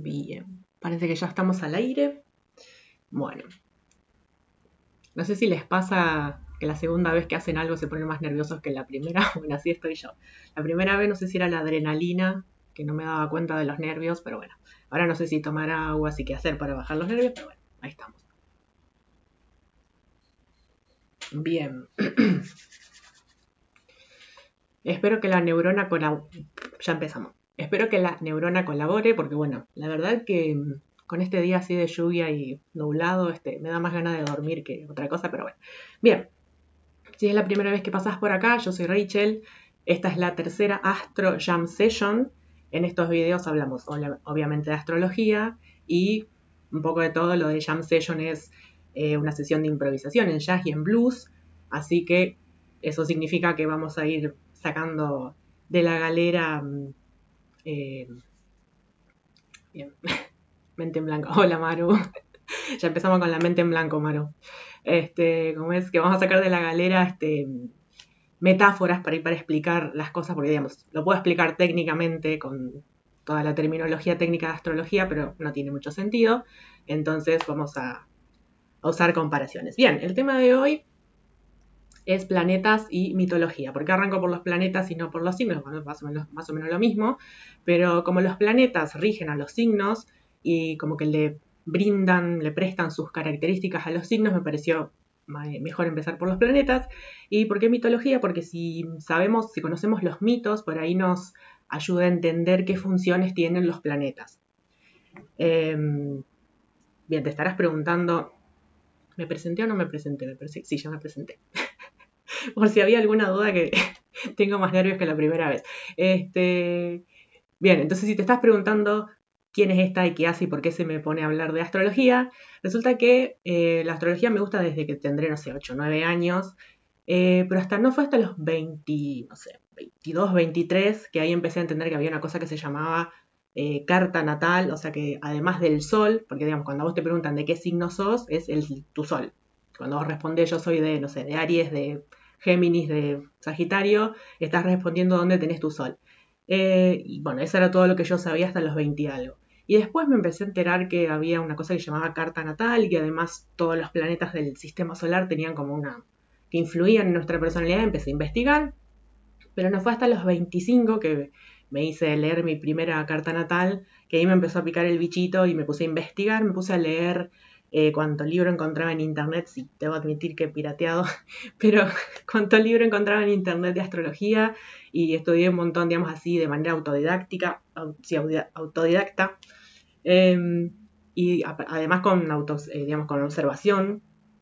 Bien, parece que ya estamos al aire. Bueno, no sé si les pasa que la segunda vez que hacen algo se ponen más nerviosos que la primera. Bueno, así estoy yo. La primera vez no sé si era la adrenalina, que no me daba cuenta de los nervios, pero bueno. Ahora no sé si tomar agua, así qué hacer para bajar los nervios, pero bueno, ahí estamos. Bien. Espero que la neurona colabore. Ya empezamos. Espero que la neurona colabore, porque bueno, la verdad que con este día así de lluvia y nublado, me da más ganas de dormir que otra cosa, pero bueno. Bien, si es la primera vez que pasás por acá, yo soy Rachel. Esta es la tercera Astro Jam Session. En estos videos hablamos obviamente de astrología y un poco de todo. Lo de Jam Session es una sesión de improvisación en jazz y en blues. Así que eso significa que vamos a ir sacando de la galera. Bien, mente en blanco. Hola Maru. Ya empezamos con la mente en blanco, Maru. Como es que vamos a sacar de la galera metáforas para explicar las cosas, porque digamos, lo puedo explicar técnicamente con toda la terminología técnica de astrología, pero no tiene mucho sentido. Entonces vamos a usar comparaciones. Bien, el tema de hoy es planetas y mitología. ¿Por qué arranco por los planetas y no por los signos? Bueno, más o menos lo mismo, pero como los planetas rigen a los signos y como que le prestan sus características a los signos, me pareció mejor empezar por los planetas. ¿Y por qué mitología? Porque si conocemos los mitos, por ahí nos ayuda a entender qué funciones tienen los planetas. Bien, te estarás preguntando, ¿me presenté o no me presenté? Sí, ya me presenté. Por si había alguna duda, que tengo más nervios que la primera vez. Bien, entonces si te estás preguntando quién es esta y qué hace y por qué se me pone a hablar de astrología, resulta que la astrología me gusta desde que tendré, no sé, 8 o 9 años, pero no fue hasta los 20, no sé, 22, 23, que ahí empecé a entender que había una cosa que se llamaba carta natal, o sea que además del sol, porque digamos, cuando a vos te preguntan de qué signo sos, es tu sol. Cuando vos respondés yo soy de, no sé, de Aries, de Géminis, de Sagitario, estás respondiendo dónde tenés tu sol. Y bueno, eso era todo lo que yo sabía hasta los 20 y algo. Y después me empecé a enterar que había una cosa que se llamaba carta natal y que además todos los planetas del sistema solar tenían como que influían en nuestra personalidad. Empecé a investigar, pero no fue hasta los 25 que me hice leer mi primera carta natal, que ahí me empezó a picar el bichito y me puse a investigar, me puse a leer cuánto libro encontraba en internet. Sí, debo admitir que he pirateado, pero cuánto libro encontraba en internet de astrología, y estudié un montón, digamos así, de manera autodidacta, y además con observación.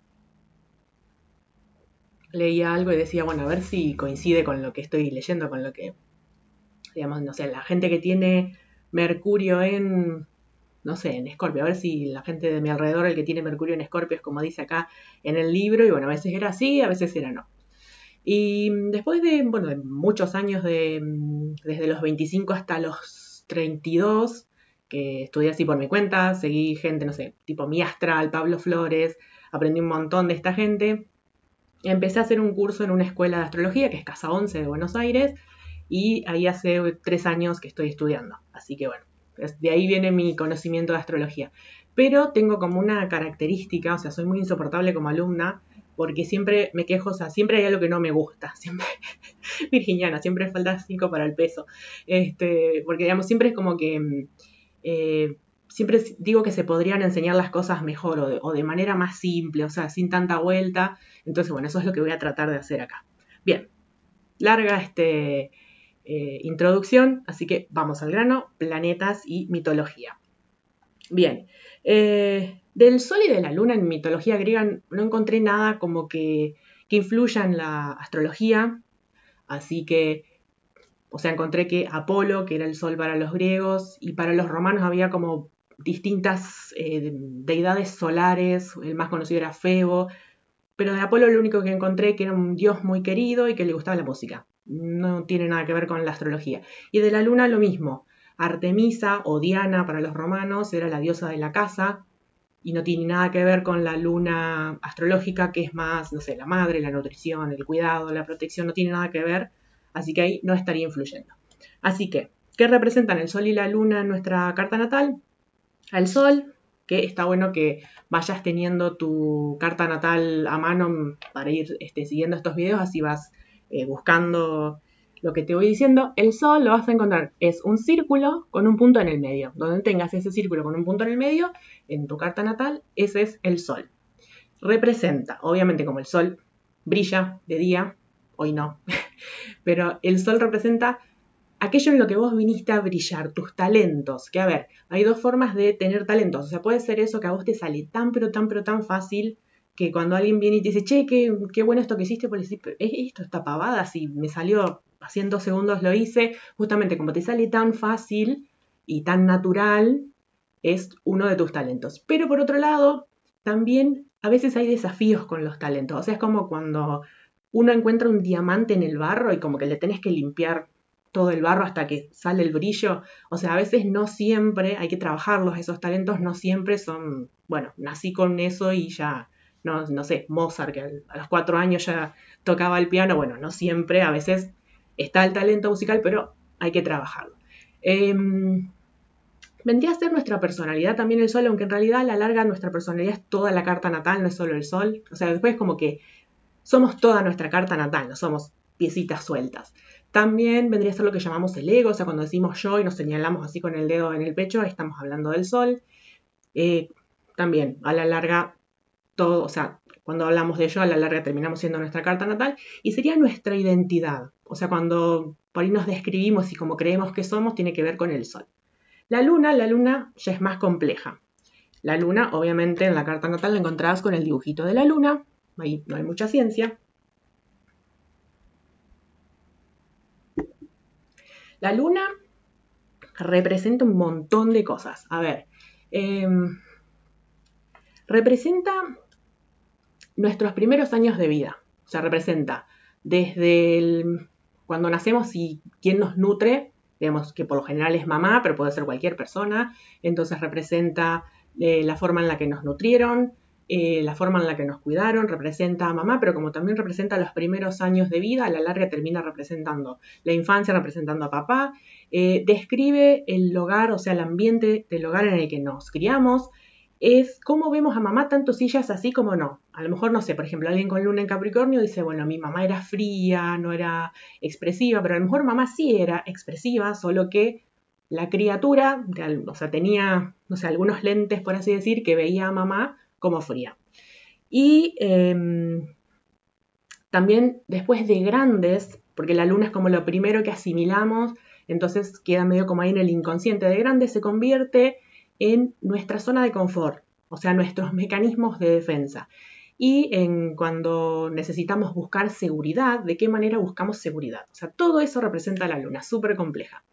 Leía algo y decía, bueno, a ver si coincide con lo que estoy leyendo, con lo que, digamos, no sé, la gente que tiene Mercurio en, no sé, en Escorpio, a ver si la gente de mi alrededor, el que tiene Mercurio en Escorpio, es como dice acá en el libro, y bueno, a veces era así, a veces era no. Y después de, bueno, de muchos años, desde los 25 hasta los 32, que estudié así por mi cuenta, seguí gente, no sé, tipo Mi Astral, Pablo Flores, aprendí un montón de esta gente. Empecé a hacer un curso en una escuela de astrología, que es Casa 11 de Buenos Aires, y ahí hace 3 años que estoy estudiando. Así que bueno, de ahí viene mi conocimiento de astrología. Pero tengo como una característica, o sea, soy muy insoportable como alumna, porque siempre me quejo, o sea, siempre hay algo que no me gusta, siempre, virginiana, siempre falta 5 para el peso. Porque digamos, siempre es como que siempre digo que se podrían enseñar las cosas mejor o de manera más simple, o sea, sin tanta vuelta. Entonces, bueno, eso es lo que voy a tratar de hacer acá. Bien, larga introducción, así que vamos al grano: planetas y mitología. Bien, del Sol y de la Luna en mitología griega no encontré nada como que influya en la astrología, así que, o sea, encontré que Apolo, que era el Sol para los griegos, y para los romanos había como distintas deidades solares. El más conocido era Febo, pero de Apolo lo único que encontré que era un dios muy querido y que le gustaba la música. No tiene nada que ver con la astrología. Y de la luna lo mismo. Artemisa o Diana para los romanos era la diosa de la casa y no tiene nada que ver con la luna astrológica, que es más, no sé, la madre, la nutrición, el cuidado, la protección, no tiene nada que ver, así que ahí no estaría influyendo. Así que, ¿qué representan el Sol y la Luna en nuestra carta natal? al Sol, que está bueno que vayas teniendo tu carta natal a mano para ir siguiendo estos videos, así vas buscando lo que te voy diciendo. El Sol lo vas a encontrar, es un círculo con un punto en el medio. Donde tengas ese círculo con un punto en el medio, en tu carta natal, ese es el Sol. Representa, obviamente como el Sol brilla de día, hoy no, pero el Sol representa aquello en lo que vos viniste a brillar, tus talentos. Que a ver, hay dos formas de tener talentos. O sea, puede ser eso que a vos te sale tan, pero tan, pero tan fácil que cuando alguien viene y te dice, che, qué bueno esto que hiciste, pues decís, esto está pavada, si me salió así en 2 segundos lo hice. Justamente como te sale tan fácil y tan natural, es uno de tus talentos. Pero por otro lado, también a veces hay desafíos con los talentos. O sea, es como cuando uno encuentra un diamante en el barro y como que le tenés que limpiar todo el barro hasta que sale el brillo. O sea, a veces no siempre hay que trabajarlos, esos talentos no siempre son, bueno, nací con eso y ya, no sé, Mozart, que a los 4 años ya tocaba el piano, bueno, no siempre, a veces está el talento musical, pero hay que trabajarlo. Vendría a ser nuestra personalidad también el Sol, aunque en realidad a la larga nuestra personalidad es toda la carta natal, no es solo el Sol. O sea, después como que somos toda nuestra carta natal, no somos piecitas sueltas. También vendría a ser lo que llamamos el ego, o sea, cuando decimos yo y nos señalamos así con el dedo en el pecho, estamos hablando del Sol. También, a la larga, todo, o sea, cuando hablamos de yo, a la larga terminamos siendo nuestra carta natal y sería nuestra identidad. O sea, cuando por ahí nos describimos y como creemos que somos, tiene que ver con el Sol. La luna ya es más compleja. La luna, obviamente, en la carta natal la encontrás con el dibujito de la luna, ahí no hay mucha ciencia. La luna representa un montón de cosas. A ver, representa nuestros primeros años de vida. O sea, representa desde cuando nacemos y quién nos nutre, digamos que por lo general es mamá, pero puede ser cualquier persona. Entonces representa la forma en la que nos nutrieron, la forma en la que nos cuidaron, representa a mamá, pero como también representa los primeros años de vida, a la larga termina representando la infancia, representando a papá. Describe el hogar, o sea, el ambiente del hogar en el que nos criamos. Es cómo vemos a mamá, tanto si ella es así como no. A lo mejor, no sé, por ejemplo, alguien con luna en Capricornio dice, bueno, mi mamá era fría, no era expresiva, pero a lo mejor mamá sí era expresiva, solo que la criatura, o sea, tenía, no sé, algunos lentes, por así decir, que veía a mamá como fría. Y también después de grandes, porque la luna es como lo primero que asimilamos, entonces queda medio como ahí en el inconsciente, de grandes se convierte en nuestra zona de confort, o sea, nuestros mecanismos de defensa. Y cuando necesitamos buscar seguridad, ¿de qué manera buscamos seguridad? O sea, todo eso representa la luna, súper compleja.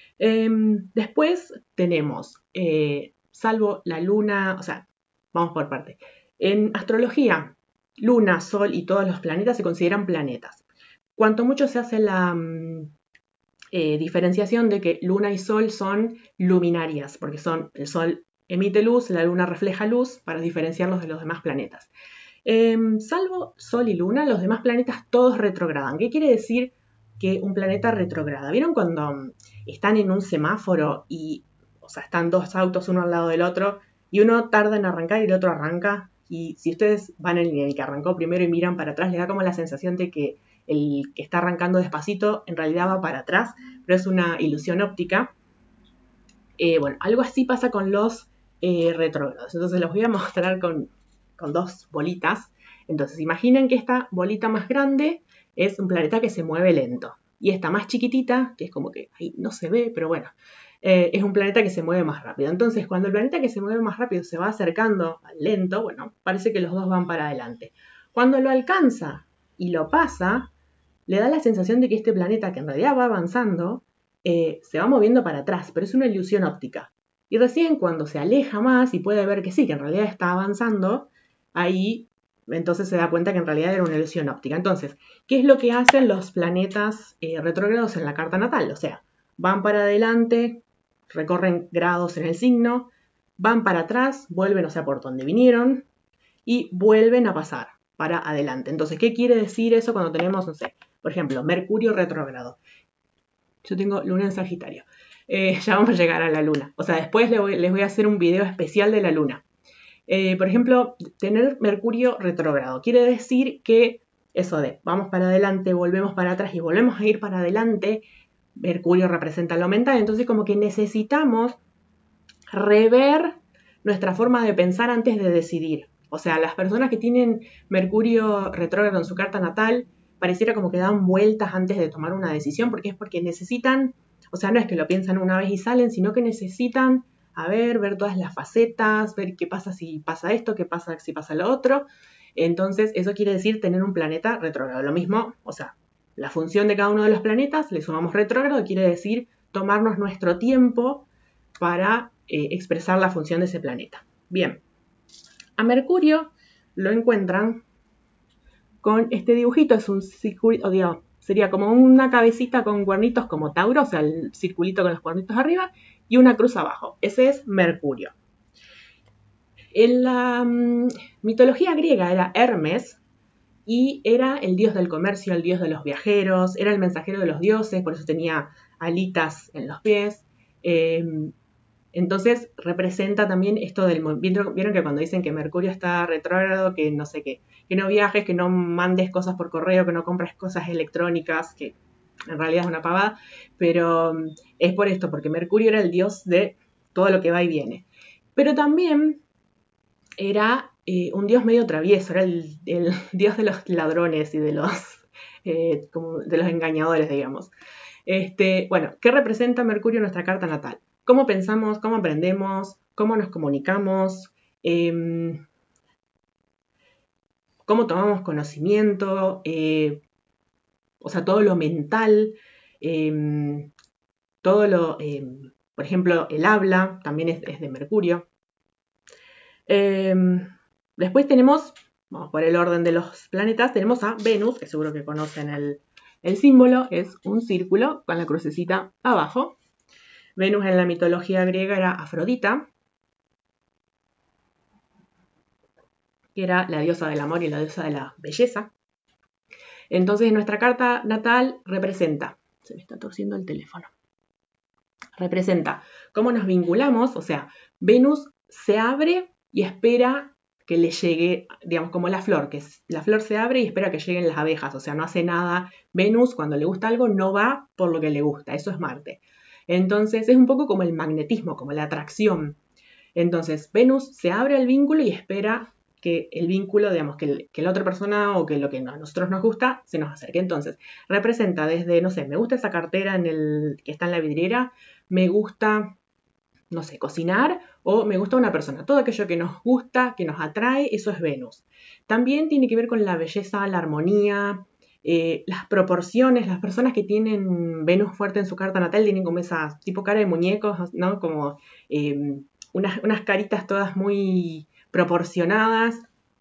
Después tenemos, salvo la luna, o sea, vamos por parte. En astrología, luna, sol y todos los planetas se consideran planetas. Cuanto mucho se hace la diferenciación de que luna y sol son luminarias, porque el sol emite luz, la luna refleja luz para diferenciarlos de los demás planetas. Salvo sol y luna, los demás planetas todos retrogradan. ¿Qué quiere decir que un planeta retrograda? ¿Vieron cuando están en un semáforo y, o sea, están dos autos uno al lado del otro y uno tarda en arrancar y el otro arranca? Y si ustedes van en el que arrancó primero y miran para atrás, les da como la sensación de que el que está arrancando despacito en realidad va para atrás, pero es una ilusión óptica. Bueno, algo así pasa con los retrógrados. Entonces los voy a mostrar con dos bolitas. Entonces imaginen que esta bolita más grande es un planeta que se mueve lento. Y esta más chiquitita, que es como que ahí no se ve, pero bueno, es un planeta que se mueve más rápido. Entonces cuando el planeta que se mueve más rápido se va acercando al lento, bueno, parece que los dos van para adelante. Cuando lo alcanza y lo pasa, le da la sensación de que este planeta, que en realidad va avanzando, se va moviendo para atrás, pero es una ilusión óptica. Y recién cuando se aleja más y puede ver que sí, que en realidad está avanzando, ahí entonces se da cuenta que en realidad era una ilusión óptica. Entonces, ¿qué es lo que hacen los planetas retrógrados en la carta natal? O sea, van para adelante, recorren grados en el signo, van para atrás, vuelven, o sea, por donde vinieron, y vuelven a pasar para adelante. Entonces, ¿qué quiere decir eso cuando tenemos, no sé, por ejemplo, Mercurio retrógrado? Yo tengo luna en Sagitario. ya vamos a llegar a la luna. O sea, después les voy a hacer un video especial de la luna. Por ejemplo, tener Mercurio retrógrado. Quiere decir que eso de vamos para adelante, volvemos para atrás y volvemos a ir para adelante, Mercurio representa lo mental, entonces como que necesitamos rever nuestra forma de pensar antes de decidir. O sea, las personas que tienen Mercurio retrógrado en su carta natal, pareciera como que dan vueltas antes de tomar una decisión, porque necesitan, o sea, no es que lo piensan una vez y salen, sino que necesitan, ver todas las facetas, ver qué pasa si pasa esto, qué pasa si pasa lo otro. Entonces, eso quiere decir tener un planeta retrógrado. Lo mismo, o sea, la función de cada uno de los planetas, le sumamos retrógrado, quiere decir tomarnos nuestro tiempo para expresar la función de ese planeta. Bien, a Mercurio lo encuentran con este dibujito, es un circulito, digamos, sería como una cabecita con cuernitos como Tauro, o sea, el circulito con los cuernitos arriba, y una cruz abajo. Ese es Mercurio. En la mitología griega era Hermes, y era el dios del comercio, el dios de los viajeros, era el mensajero de los dioses, por eso tenía alitas en los pies. Entonces representa también esto del movimiento. Vieron que cuando dicen que Mercurio está retrógrado, que no sé qué, que no viajes, que no mandes cosas por correo, que no compres cosas electrónicas, que en realidad es una pavada, pero es por esto, porque Mercurio era el dios de todo lo que va y viene. Pero también era un dios medio travieso, era el dios de los ladrones y de de los engañadores, digamos. Bueno, ¿qué representa Mercurio en nuestra carta natal? ¿Cómo pensamos? ¿Cómo aprendemos? ¿Cómo nos comunicamos? ¿Cómo tomamos conocimiento? O sea, todo lo mental, todo lo, por ejemplo, el habla también es de Mercurio. Después tenemos, vamos por el orden de los planetas, tenemos a Venus, que seguro que conocen el símbolo, es un círculo con la crucecita abajo. Venus en la mitología griega era Afrodita, que era la diosa del amor y la diosa de la belleza. Entonces nuestra carta natal representa, se me está torciendo el teléfono, representa cómo nos vinculamos, o sea, Venus se abre y espera que le llegue, digamos, como la flor, que la flor se abre y espera que lleguen las abejas, o sea, no hace nada. Venus, cuando le gusta algo, no va por lo que le gusta, eso es Marte. Entonces es un poco como el magnetismo, como la atracción. Entonces Venus se abre al vínculo y espera que el vínculo, digamos, que la otra persona o que lo que a nosotros nos gusta se nos acerque. Entonces representa desde, no sé, me gusta esa cartera que está en la vidriera, me gusta, no sé, cocinar, o me gusta una persona. Todo aquello que nos gusta, que nos atrae, eso es Venus. También tiene que ver con la belleza, la armonía, las proporciones. Las personas que tienen Venus fuerte en su carta natal tienen como esa tipo cara de muñecos, ¿no? Como unas caritas todas muy proporcionadas.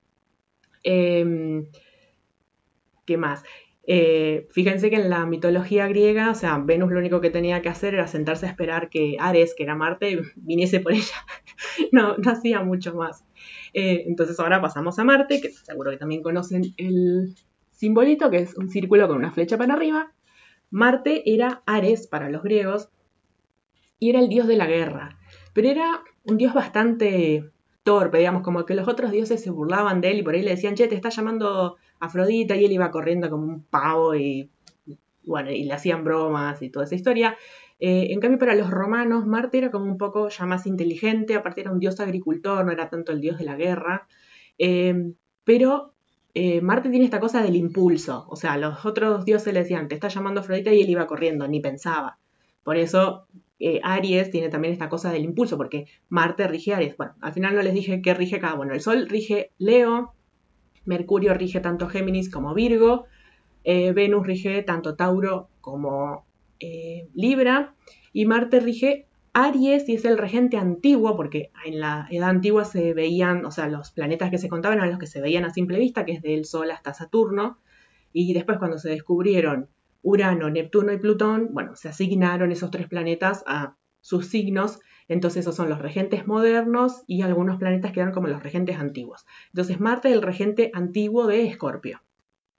¿Qué más? Fíjense que en la mitología griega, o sea, Venus lo único que tenía que hacer era sentarse a esperar que Ares, que era Marte, viniese por ella. No hacía mucho más. Entonces ahora pasamos a Marte, que seguro que también conocen el simbolito, que es un círculo con una flecha para arriba. Marte era Ares para los griegos y era el dios de la guerra, pero era un dios bastante torpe, digamos, como que los otros dioses se burlaban de él y por ahí le decían, che, te está llamando Afrodita, y él iba corriendo como un pavo y bueno, y le hacían bromas y toda esa historia. En cambio, para los romanos, Marte era como un poco ya más inteligente, aparte era un dios agricultor, no era tanto el dios de la guerra. Pero Marte tiene esta cosa del impulso, o sea, los otros dioses le decían, te está llamando Afrodita, y él iba corriendo, ni pensaba. Por eso Aries tiene también esta cosa del impulso, porque Marte rige Aries. Bueno, al final no les dije qué rige cada uno. El Sol rige Leo, Mercurio rige tanto Géminis como Virgo, Venus rige tanto Tauro como Libra, y Marte rige Aries y es el regente antiguo, porque en la edad antigua se veían, o sea, los planetas que se contaban eran los que se veían a simple vista, que es del Sol hasta Saturno, y después cuando se descubrieron Urano, Neptuno y Plutón, bueno, se asignaron esos tres planetas a sus signos, entonces esos son los regentes modernos y algunos planetas quedaron como los regentes antiguos. Entonces Marte es el regente antiguo de Escorpio.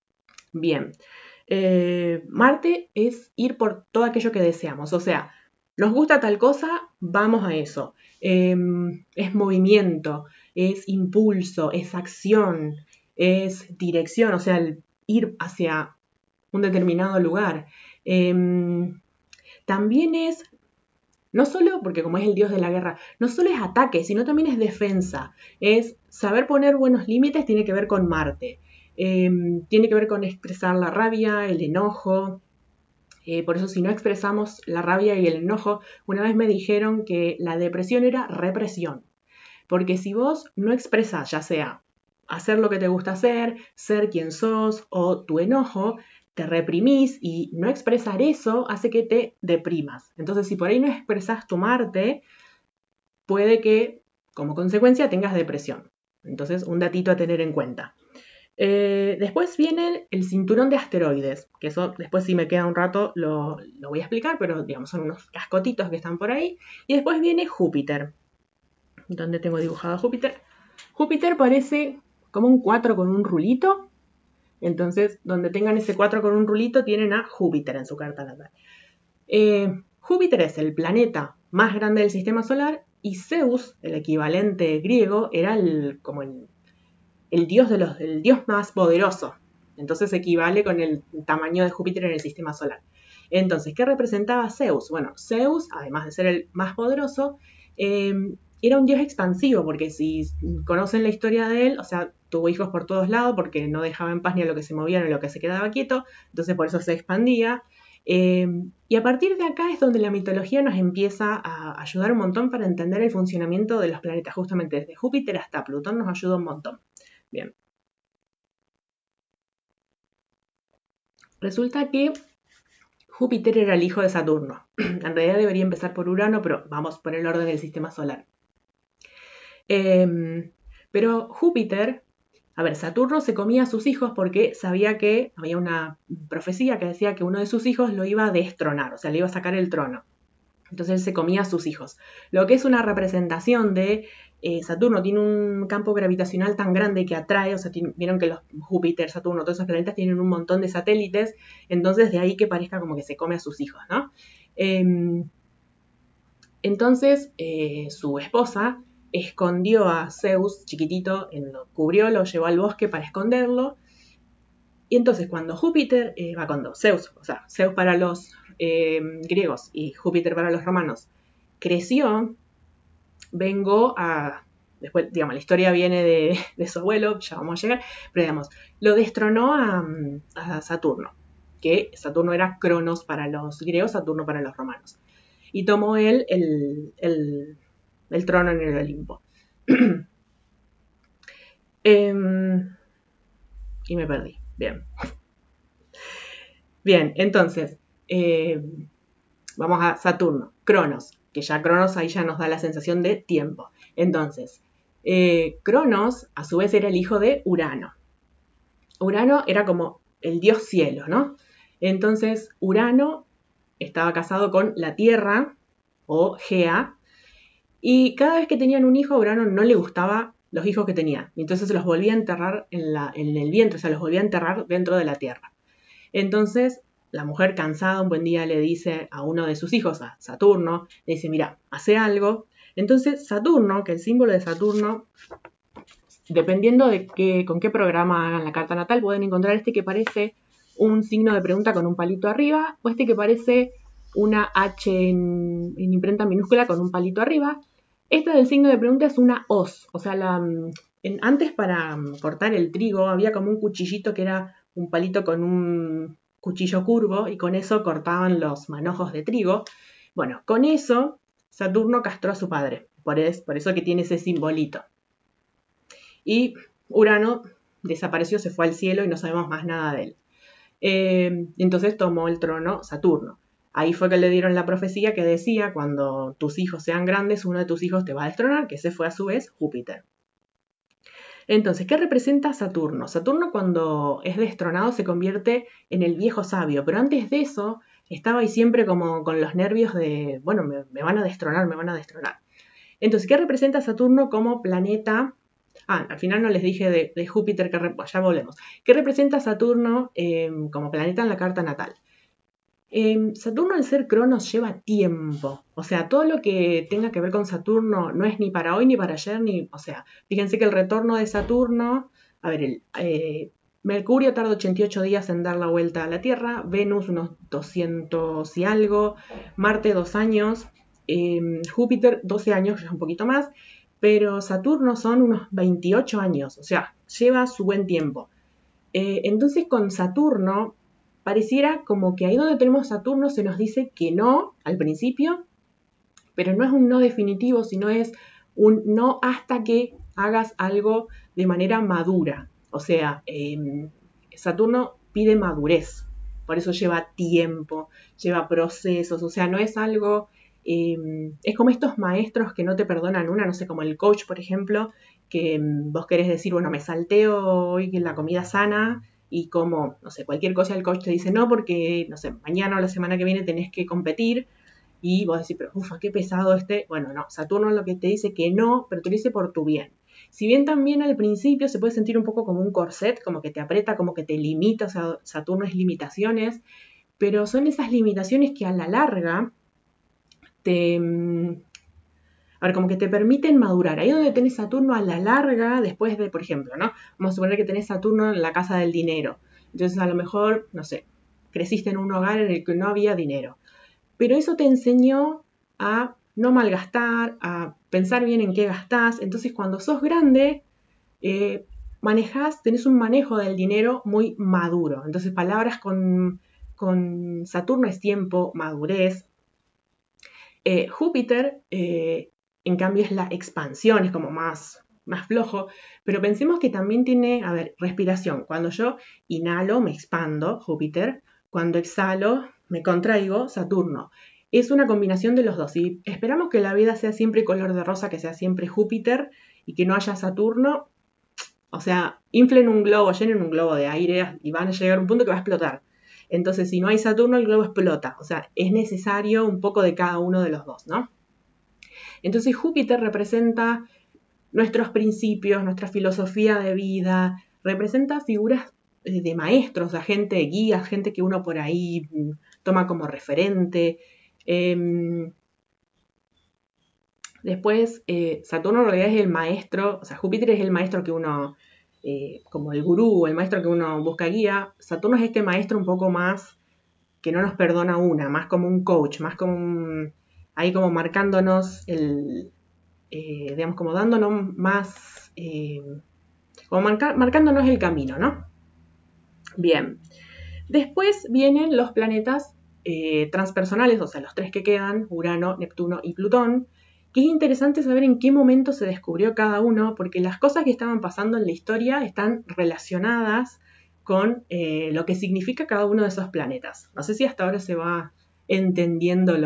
Bien, Marte es ir por todo aquello que deseamos, o sea, nos gusta tal cosa, vamos a eso. Es movimiento, es impulso, es acción, es dirección, o sea, el ir hacia un determinado lugar. También es, no solo, porque como es el dios de la guerra, no solo es ataque, sino también es defensa. Es saber poner buenos límites, tiene que ver con Marte. Tiene que ver con expresar la rabia, el enojo. Por eso si no expresamos la rabia y el enojo, una vez me dijeron que la depresión era represión. Porque si vos no expresas, ya sea hacer lo que te gusta hacer, ser quien sos o tu enojo, te reprimís y no expresar eso hace que te deprimas. Entonces, si por ahí no expresas tu Marte, puede que como consecuencia tengas depresión. Entonces, un datito a tener en cuenta. Después viene el cinturón de asteroides, que eso después si me queda un rato lo voy a explicar, pero digamos son unos cascotitos que están por ahí. Y después viene Júpiter, donde tengo dibujado a Júpiter. Júpiter parece como un 4 con un rulito, entonces donde tengan ese 4 con un rulito tienen a Júpiter en su carta natal. Júpiter es el planeta más grande del sistema solar y Zeus, el equivalente griego, era como el dios, el dios más poderoso. Entonces equivale con el tamaño de Júpiter en el sistema solar. Entonces, ¿qué representaba Zeus? Bueno, Zeus, además de ser el más poderoso, era un dios expansivo, porque si conocen la historia de él, o sea, tuvo hijos por todos lados porque no dejaba en paz ni a lo que se movía ni a lo que se quedaba quieto, entonces por eso se expandía. Y a partir de acá es donde la mitología nos empieza a ayudar un montón para entender el funcionamiento de los planetas. Justamente desde Júpiter hasta Plutón nos ayuda un montón. Bien. Resulta que Júpiter era el hijo de Saturno. En realidad debería empezar por Urano, pero vamos por el orden del sistema solar. Pero Júpiter, a ver, Saturno se comía a sus hijos porque sabía que había una profecía que decía que uno de sus hijos lo iba a destronar, o sea, le iba a sacar el trono. Entonces él se comía a sus hijos. Lo que es una representación de Saturno tiene un campo gravitacional tan grande que atrae, o sea, vieron que los Júpiter, Saturno, todos esos planetas tienen un montón de satélites, entonces de ahí que parezca como que se come a sus hijos, ¿no? Entonces su esposa escondió a Zeus chiquitito, lo cubrió, lo llevó al bosque para esconderlo, y entonces cuando Júpiter, cuando Zeus, o sea, Zeus para los griegos y Júpiter para los romanos, creció, vengo a, después, digamos, la historia viene de su abuelo, ya vamos a llegar, pero digamos, lo destronó a Saturno, que Saturno era Cronos para los griegos, Saturno para los romanos. Y tomó él el trono en el Olimpo. Y me perdí. Bien. Bien, entonces, vamos a Saturno, Cronos, que ya Cronos ahí ya nos da la sensación de tiempo. Entonces, Cronos a su vez era el hijo de Urano. Urano era como el dios cielo, ¿no? Entonces, Urano estaba casado con la Tierra, o Gea, y cada vez que tenían un hijo, a Urano no le gustaba los hijos que tenía. Entonces se los volvía a enterrar en el vientre, o sea, los volvía a enterrar dentro de la Tierra. Entonces, la mujer cansada un buen día le dice a uno de sus hijos, a Saturno, le dice, mira, hace algo. Entonces, Saturno, que el símbolo de Saturno, dependiendo de con qué programa hagan la carta natal, pueden encontrar este que parece un signo de pregunta con un palito arriba, o este que parece una H en imprenta minúscula con un palito arriba. Esta del signo de pregunta es una hoz, o sea, antes para cortar el trigo había como un cuchillito que era un palito con un cuchillo curvo y con eso cortaban los manojos de trigo. Bueno, con eso Saturno castró a su padre, por eso que tiene ese simbolito. Y Urano desapareció, se fue al cielo y no sabemos más nada de él. Entonces tomó el trono Saturno. Ahí fue que le dieron la profecía que decía, cuando tus hijos sean grandes, uno de tus hijos te va a destronar, que ese fue a su vez Júpiter. Entonces, ¿qué representa Saturno? Saturno cuando es destronado se convierte en el viejo sabio, pero antes de eso estaba ahí siempre como con los nervios de, bueno, me van a destronar, me van a destronar. Entonces, ¿qué representa Saturno como planeta? Al final no les dije de Júpiter, ya volvemos. ¿Qué representa Saturno como planeta en la carta natal? Saturno al ser Cronos lleva tiempo, o sea, todo lo que tenga que ver con Saturno no es ni para hoy ni para ayer, o sea, fíjense que el retorno de Saturno, a ver, Mercurio tarda 88 días en dar la vuelta a la Tierra, Venus unos 200 y algo, Marte 2 años, Júpiter 12 años, ya es un poquito más, pero Saturno son unos 28 años, o sea, lleva su buen tiempo. Entonces con Saturno pareciera como que ahí donde tenemos Saturno se nos dice que no al principio, pero no es un no definitivo, sino es un no hasta que hagas algo de manera madura. O sea, Saturno pide madurez, por eso lleva tiempo, lleva procesos, o sea, no es algo, es como estos maestros que no te perdonan una, no sé, como el coach, por ejemplo, que vos querés decir, bueno, me salteo hoy la comida sana y como, no sé, cualquier cosa el coach te dice no porque, no sé, mañana o la semana que viene tenés que competir y vos decís, pero ufa, qué pesado este. Bueno, no, Saturno lo que te dice que no, pero te lo dice por tu bien. Si bien también al principio se puede sentir un poco como un corset, como que te aprieta, como que te limita, o sea, Saturno es limitaciones, pero son esas limitaciones que a la larga te, a ver, como que te permiten madurar. Ahí donde tenés Saturno a la larga, después de, por ejemplo, ¿no? Vamos a suponer que tenés Saturno en la casa del dinero. Entonces, a lo mejor, no sé, creciste en un hogar en el que no había dinero. Pero eso te enseñó a no malgastar, a pensar bien en qué gastás. Entonces, cuando sos grande, tenés un manejo del dinero muy maduro. Entonces, palabras con Saturno es tiempo, madurez. Júpiter, en cambio, es la expansión, es como más flojo, pero pensemos que también tiene, a ver, respiración. Cuando yo inhalo, me expando, Júpiter. Cuando exhalo, me contraigo, Saturno. Es una combinación de los dos. Si esperamos que la vida sea siempre color de rosa, que sea siempre Júpiter y que no haya Saturno, o sea, inflen un globo, llenen un globo de aire y van a llegar a un punto que va a explotar. Entonces, si no hay Saturno, el globo explota. O sea, es necesario un poco de cada uno de los dos, ¿no? Entonces, Júpiter representa nuestros principios, nuestra filosofía de vida, representa figuras de maestros, de gente, guías, gente que uno por ahí toma como referente. Después, Saturno en realidad es el maestro, o sea, Júpiter es el maestro que uno, como el gurú, el maestro que uno busca guía. Saturno es este maestro un poco más que no nos perdona una, más como un coach, más como ahí como marcándonos digamos, como dándonos más, como marcándonos el camino, ¿no? Bien. Después vienen los planetas transpersonales, o sea, los tres que quedan, Urano, Neptuno y Plutón, que es interesante saber en qué momento se descubrió cada uno, porque las cosas que estaban pasando en la historia están relacionadas con lo que significa cada uno de esos planetas. No sé si hasta ahora se va entendiendo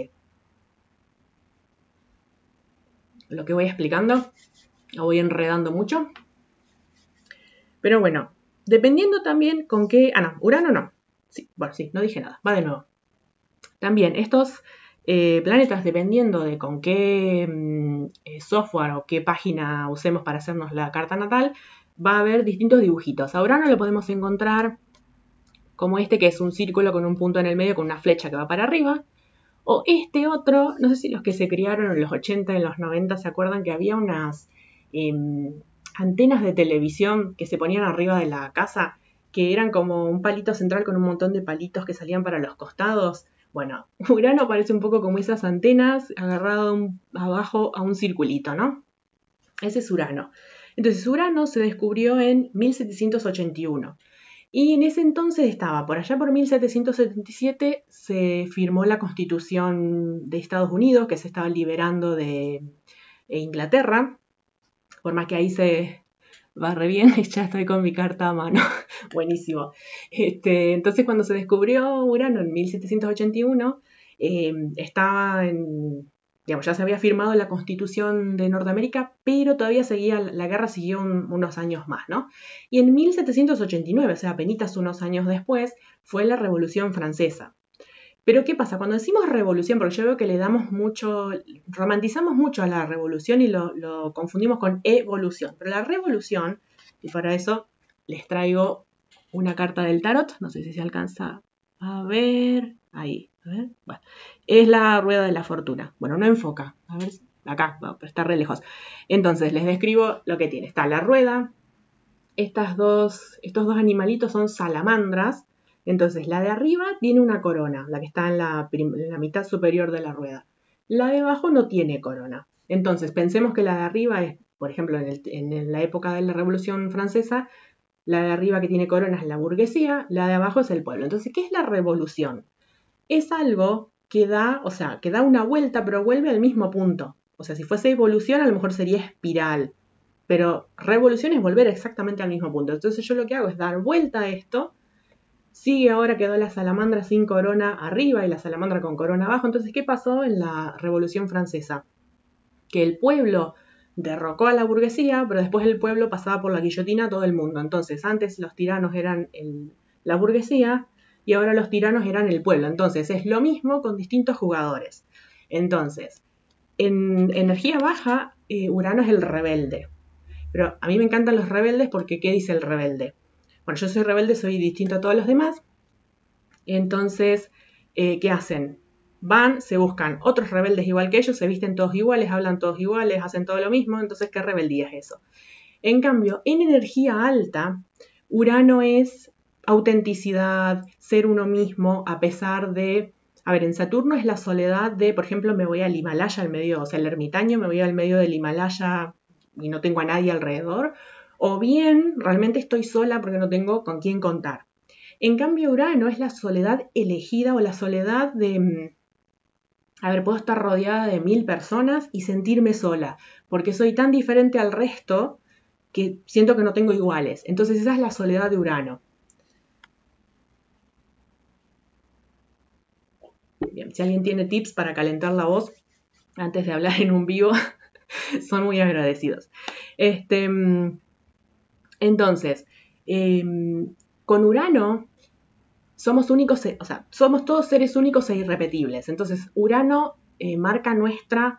lo que voy explicando, o voy enredando mucho. Pero bueno, dependiendo también con qué... Ah, no, Urano no. Sí, bueno, sí, no dije nada. Va de nuevo. También estos planetas, dependiendo de con qué software o qué página usemos para hacernos la carta natal, va a haber distintos dibujitos. A Urano lo podemos encontrar como este, que es un círculo con un punto en el medio con una flecha que va para arriba. O este otro, no sé si los que se criaron en los 80 y en los 90 se acuerdan que había unas antenas de televisión que se ponían arriba de la casa, que eran como un palito central con un montón de palitos que salían para los costados. Bueno, Urano parece un poco como esas antenas agarrado abajo a un circulito, ¿no? Ese es Urano. Entonces, Urano se descubrió en 1781. Y en ese entonces estaba, por allá por 1777, se firmó la Constitución de Estados Unidos, que se estaba liberando de Inglaterra. Por más que ahí se va re bien, ya estoy con mi carta a mano. Buenísimo. Entonces, cuando se descubrió Urano en 1781, estaba digamos, ya se había firmado la Constitución de Norteamérica, pero todavía la guerra siguió unos años más, ¿no? Y en 1789, o sea, apenas unos años después, fue la Revolución Francesa. Pero ¿qué pasa? Cuando decimos revolución, porque yo veo que le damos mucho, romantizamos mucho a la revolución y lo confundimos con evolución. Pero la revolución, y para eso les traigo una carta del tarot, no sé si se alcanza a ver, Ahí, a ver. Bueno, es la rueda de la fortuna. Bueno, no enfoca. A ver, acá, no, pero está re lejos. Entonces, les describo lo que tiene. Está la rueda. Estos dos animalitos son salamandras. Entonces, la de arriba tiene una corona, la que está en la mitad superior de la rueda. La de abajo no tiene corona. Entonces, pensemos que la de arriba es, por ejemplo, en la época de la Revolución Francesa, la de arriba que tiene corona es la burguesía, la de abajo es el pueblo. Entonces, ¿qué es la revolución? Es algo que da, o sea, que da una vuelta, pero vuelve al mismo punto. O sea, si fuese evolución, a lo mejor sería espiral. Pero revolución es volver exactamente al mismo punto. Entonces yo lo que hago es dar vuelta a esto. Sigue ahora quedó la salamandra sin corona arriba y la salamandra con corona abajo. Entonces, ¿qué pasó en la Revolución Francesa? Que el pueblo derrocó a la burguesía, pero después el pueblo pasaba por la guillotina a todo el mundo. Entonces, antes los tiranos eran la burguesía y ahora los tiranos eran el pueblo. Entonces, es lo mismo con distintos jugadores. Entonces, en energía baja, Urano es el rebelde. Pero a mí me encantan los rebeldes porque ¿qué dice el rebelde? Bueno, yo soy rebelde, soy distinto a todos los demás. Entonces, ¿qué hacen? Van, se buscan otros rebeldes igual que ellos, se visten todos iguales, hablan todos iguales, hacen todo lo mismo. Entonces, ¿qué rebeldía es eso? En cambio, en energía alta, Urano es autenticidad, ser uno mismo, a pesar de... A ver, en Saturno es la soledad de, por ejemplo, me voy al Himalaya, al medio, o sea, el ermitaño, me voy al medio del Himalaya y no tengo a nadie alrededor, o bien realmente estoy sola porque no tengo con quién contar. En cambio, Urano es la soledad elegida o la soledad de, a ver, puedo estar rodeada de 1000 personas y sentirme sola, porque soy tan diferente al resto que siento que no tengo iguales. Entonces esa es la soledad de Urano. Bien, si alguien tiene tips para calentar la voz antes de hablar en un vivo, son muy agradecidos. Entonces, con Urano somos únicos, o sea, somos todos seres únicos e irrepetibles. Entonces, Urano marca nuestra,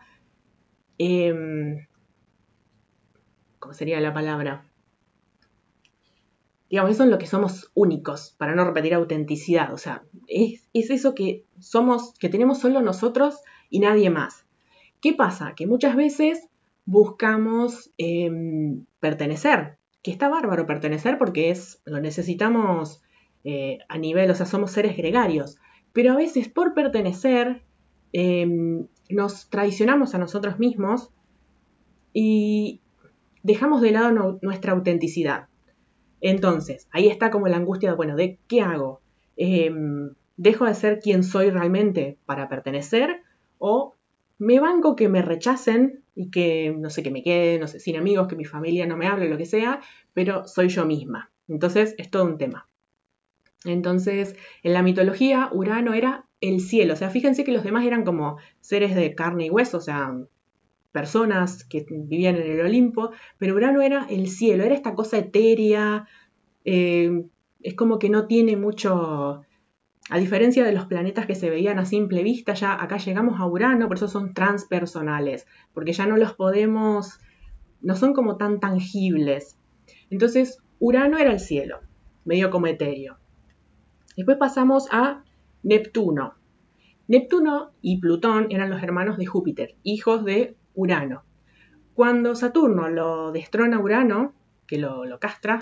¿cómo sería la palabra? Digamos, eso es lo que somos únicos, para no repetir autenticidad. O sea, es eso que somos, que tenemos solo nosotros y nadie más. ¿Qué pasa? Que muchas veces buscamos pertenecer, que está bárbaro pertenecer porque lo necesitamos a nivel, o sea, somos seres gregarios, pero a veces por pertenecer nos traicionamos a nosotros mismos y dejamos de lado nuestra autenticidad. Entonces, ahí está como la angustia de, bueno, ¿de qué hago? ¿Dejo de ser quien soy realmente para pertenecer? ¿O me banco que me rechacen y que, no sé, que me quede, no sé, sin amigos, que mi familia no me hable, lo que sea, pero soy yo misma? Entonces, es todo un tema. Entonces, en la mitología, Urano era el cielo. O sea, fíjense que los demás eran como seres de carne y hueso, o sea, personas que vivían en el Olimpo, pero Urano era el cielo, era esta cosa etérea, es como que no tiene mucho, a diferencia de los planetas que se veían a simple vista, ya acá llegamos a Urano, por eso son transpersonales, porque ya no los podemos, no son como tan tangibles. Entonces, Urano era el cielo, medio como etéreo. Después pasamos a Neptuno. Neptuno y Plutón eran los hermanos de Júpiter, hijos de Urano. Cuando Saturno lo destrona a Urano, que lo castra,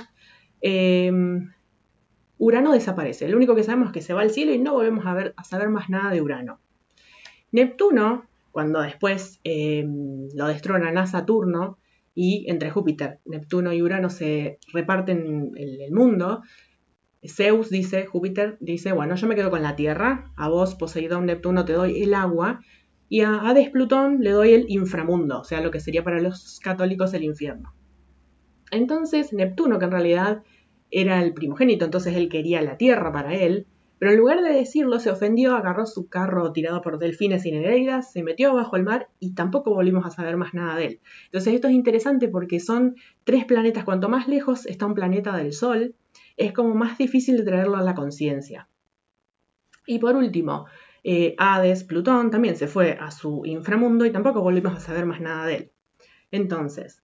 Urano desaparece. Lo único que sabemos es que se va al cielo y no volvemos a saber más nada de Urano. Neptuno, cuando después lo destronan a Saturno y entre Júpiter, Neptuno y Urano se reparten el mundo, Zeus dice, Júpiter dice, bueno, yo me quedo con la Tierra, a vos, Poseidón, Neptuno, te doy el agua, y a Hades, Plutón, le doy el inframundo, o sea, lo que sería para los católicos el infierno. Entonces, Neptuno, que en realidad era el primogénito, entonces él quería la Tierra para él, pero en lugar de decirlo, se ofendió, agarró su carro tirado por delfines y nereidas, se metió bajo el mar y tampoco volvimos a saber más nada de él. Entonces esto es interesante porque son 3 planetas, cuanto más lejos está un planeta del Sol, es como más difícil de traerlo a la conciencia. Y por último, Hades, Plutón, también se fue a su inframundo y tampoco volvimos a saber más nada de él. Entonces,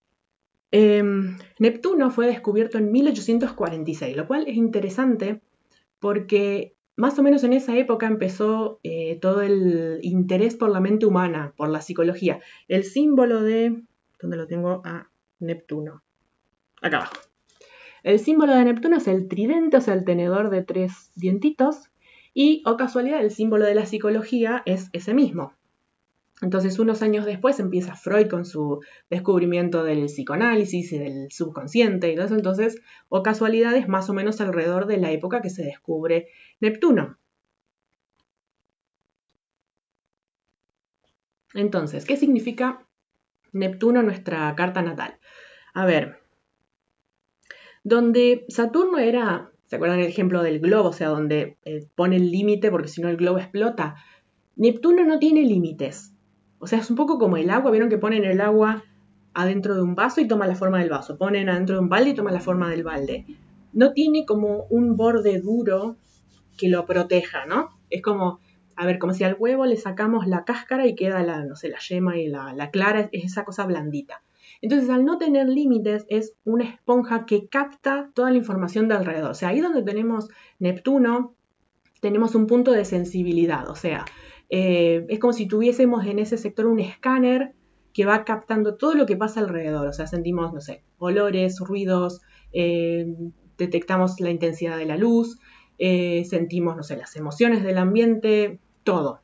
Neptuno fue descubierto en 1846, lo cual es interesante porque más o menos en esa época empezó todo el interés por la mente humana, por la psicología. El símbolo de... ¿Dónde lo tengo? Neptuno. Acá abajo. El símbolo de Neptuno es el tridente, o sea, el tenedor de 3 dientitos. Y, o casualidad, el símbolo de la psicología es ese mismo. Entonces, unos años después empieza Freud con su descubrimiento del psicoanálisis y del subconsciente y todo eso. Entonces, o casualidad, es más o menos alrededor de la época que se descubre Neptuno. Entonces, ¿qué significa Neptuno en nuestra carta natal? A ver, donde Saturno era, ¿se acuerdan el ejemplo del globo? O sea, donde pone el límite porque si no el globo explota. Neptuno no tiene límites. O sea, es un poco como el agua. ¿Vieron que ponen el agua adentro de un vaso y toma la forma del vaso? Ponen adentro de un balde y toma la forma del balde. No tiene como un borde duro que lo proteja, ¿no? Es como, a ver, como si al huevo le sacamos la cáscara y queda la, no sé, la yema y la clara, es esa cosa blandita. Entonces, al no tener límites, es una esponja que capta toda la información de alrededor. O sea, ahí donde tenemos Neptuno, tenemos un punto de sensibilidad. O sea, es como si tuviésemos en ese sector un escáner que va captando todo lo que pasa alrededor. O sea, sentimos, no sé, olores, ruidos, detectamos la intensidad de la luz, sentimos, no sé, las emociones del ambiente, todo.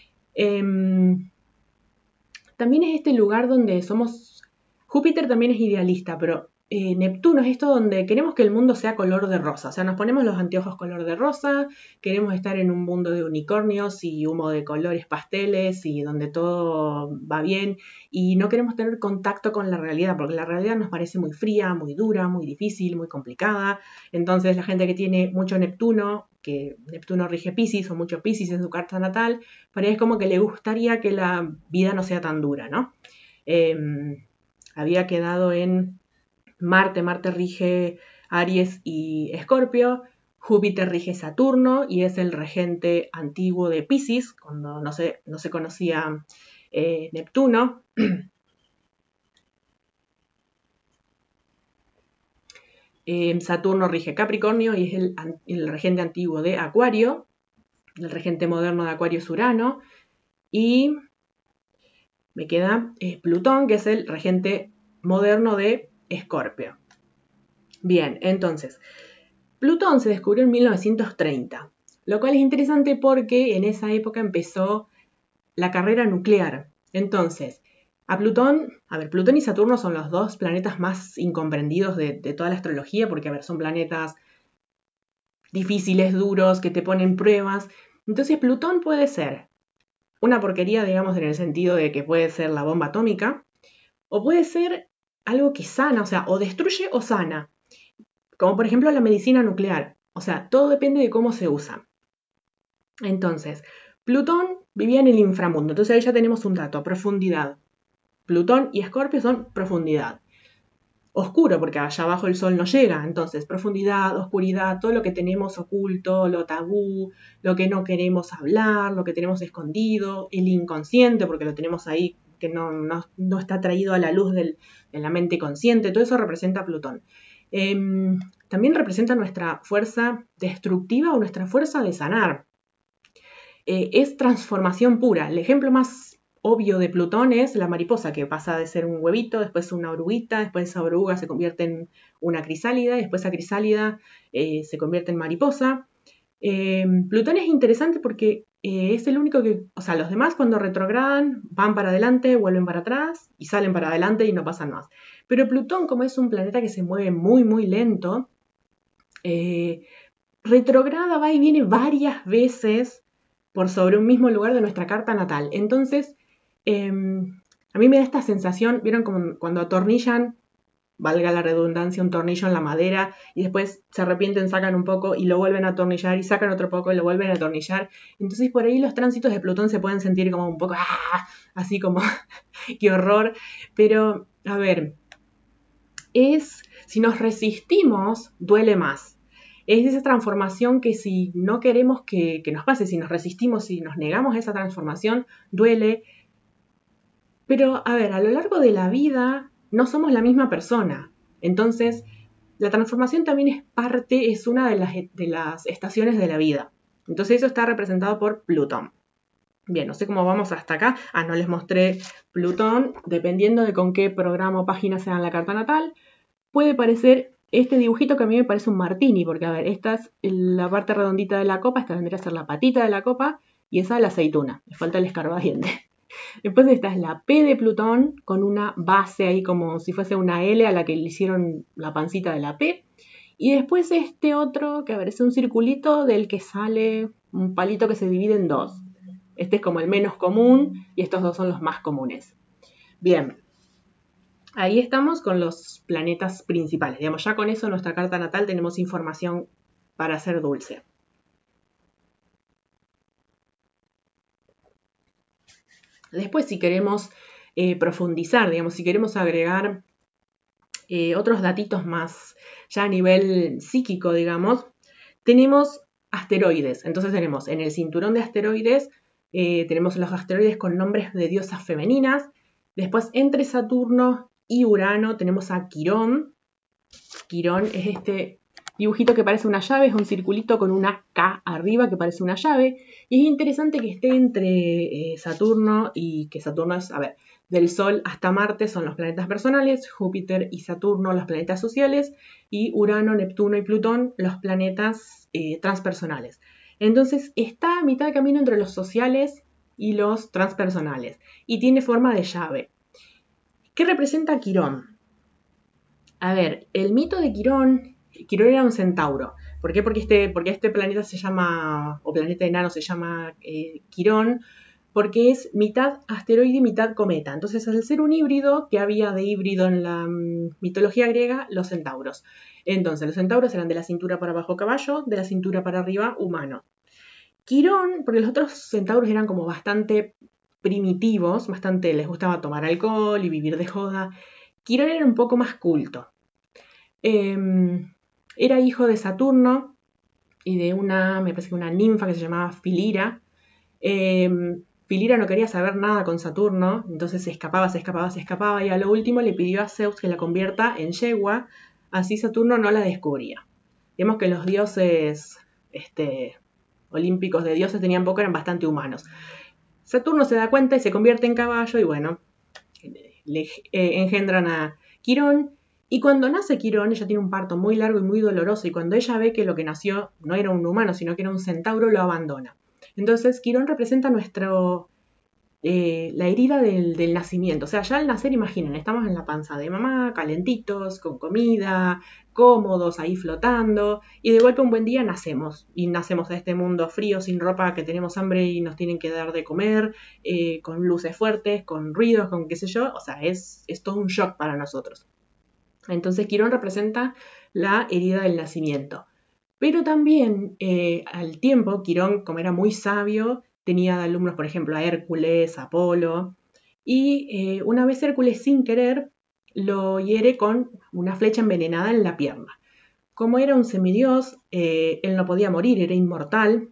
También es este lugar donde somos... Júpiter también es idealista, pero Neptuno es esto donde queremos que el mundo sea color de rosa. O sea, nos ponemos los anteojos color de rosa, queremos estar en un mundo de unicornios y humo de colores pasteles y donde todo va bien y no queremos tener contacto con la realidad porque la realidad nos parece muy fría, muy dura, muy difícil, muy complicada. Entonces la gente que tiene mucho Neptuno, que Neptuno rige Piscis o mucho Piscis en su carta natal, para ella es como que le gustaría que la vida no sea tan dura, ¿no? Había quedado en Marte rige Aries y Escorpio, Júpiter rige Saturno y es el regente antiguo de Piscis, cuando no se conocía Neptuno. Saturno rige Capricornio y es el regente antiguo de Acuario, el regente moderno de Acuario es Urano, y me queda Plutón, que es el regente moderno de Escorpio. Bien, entonces, Plutón se descubrió en 1930, lo cual es interesante porque en esa época empezó la carrera nuclear. Entonces, Plutón y Saturno son los dos planetas más incomprendidos de toda la astrología, porque, son planetas difíciles, duros, que te ponen pruebas. Entonces, Plutón puede ser una porquería, digamos, en el sentido de que puede ser la bomba atómica, o puede ser algo que sana, o sea, o destruye o sana, como por ejemplo la medicina nuclear. O sea, todo depende de cómo se usa. Entonces, Plutón vivía en el inframundo, entonces ahí ya tenemos un dato, profundidad. Plutón y Escorpio son profundidad. Oscuro, porque allá abajo el sol no llega, entonces profundidad, oscuridad, todo lo que tenemos oculto, lo tabú, lo que no queremos hablar, lo que tenemos escondido, el inconsciente, porque lo tenemos ahí que no está traído a la luz de la mente consciente, todo eso representa Plutón. También representa nuestra fuerza destructiva o nuestra fuerza de sanar. Es transformación pura. El ejemplo más obvio de Plutón es la mariposa, que pasa de ser un huevito, después una oruguita, después esa oruga se convierte en una crisálida, después esa crisálida se convierte en mariposa. Plutón es interesante porque es el único que, o sea, los demás cuando retrogradan van para adelante, vuelven para atrás y salen para adelante y no pasan más. Pero Plutón, como es un planeta que se mueve muy, muy lento, retrograda, va y viene varias veces por sobre un mismo lugar de nuestra carta natal. Entonces, a mí me da esta sensación, ¿vieron como cuando atornillan, valga la redundancia, un tornillo en la madera y después se arrepienten, sacan un poco y lo vuelven a atornillar y sacan otro poco y lo vuelven a atornillar? Entonces por ahí los tránsitos de Plutón se pueden sentir como un poco, así como, qué horror. Pero, a ver, si nos resistimos, duele más. Es esa transformación que si no queremos que nos pase, si nos resistimos, si nos negamos a esa transformación, duele. Pero, a ver, a lo largo de la vida no somos la misma persona. Entonces, la transformación también es una de las estaciones de la vida. Entonces eso está representado por Plutón. Bien, no sé cómo vamos hasta acá. No les mostré Plutón. Dependiendo de con qué programa o página sea la carta natal, puede parecer este dibujito que a mí me parece un martini, porque a ver, esta es la parte redondita de la copa, esta vendría a ser la patita de la copa, y esa es la aceituna. Le falta el escarbadiente. Después esta es la P de Plutón, con una base ahí como si fuese una L a la que le hicieron la pancita de la P. Y después este otro, que a ver, es un circulito del que sale un palito que se divide en dos. Este es como el menos común y estos dos son los más comunes. Bien, ahí estamos con los planetas principales. Digamos, ya con eso en nuestra carta natal tenemos información para hacer dulce. Después, si queremos profundizar, digamos, si queremos agregar otros datitos más ya a nivel psíquico, digamos, tenemos asteroides. Entonces tenemos en el cinturón de asteroides, tenemos los asteroides con nombres de diosas femeninas. Después entre Saturno y Urano tenemos a Quirón. Quirón es este dibujito que parece una llave, es un circulito con una K arriba que parece una llave. Y es interesante que esté entre Saturno y que Saturno es, a ver, del Sol hasta Marte son los planetas personales, Júpiter y Saturno los planetas sociales y Urano, Neptuno y Plutón los planetas transpersonales. Entonces está a mitad de camino entre los sociales y los transpersonales y tiene forma de llave. ¿Qué representa Quirón? A ver, el mito de Quirón era un centauro. ¿Por qué? Porque este planeta se llama, o planeta enano se llama Quirón, porque es mitad asteroide y mitad cometa. Entonces, al ser un híbrido, que había de híbrido en la mitología griega, los centauros. Entonces, los centauros eran de la cintura para abajo caballo, de la cintura para arriba humano. Quirón, porque los otros centauros eran como bastante primitivos, bastante les gustaba tomar alcohol y vivir de joda. Quirón era un poco más culto. Era hijo de Saturno y de me parece que una ninfa que se llamaba Filira. Filira no quería saber nada con Saturno, entonces se escapaba y a lo último le pidió a Zeus que la convierta en yegua, así Saturno no la descubría. Digamos que los dioses olímpicos de dioses tenían poco, eran bastante humanos. Saturno se da cuenta y se convierte en caballo y bueno, le engendran a Quirón. Y cuando nace Quirón, ella tiene un parto muy largo y muy doloroso y cuando ella ve que lo que nació no era un humano, sino que era un centauro, lo abandona. Entonces Quirón representa la herida del nacimiento. O sea, ya al nacer, imaginen, estamos en la panza de mamá, calentitos, con comida, cómodos, ahí flotando, y de golpe un buen día nacemos. Y nacemos a este mundo frío, sin ropa, que tenemos hambre y nos tienen que dar de comer, con luces fuertes, con ruidos, con qué sé yo. O sea, es todo un shock para nosotros. Entonces Quirón representa la herida del nacimiento. Pero también al tiempo, Quirón, como era muy sabio, tenía de alumnos, por ejemplo, a Hércules, a Apolo, y una vez Hércules sin querer lo hiere con una flecha envenenada en la pierna. Como era un semidios, él no podía morir, era inmortal.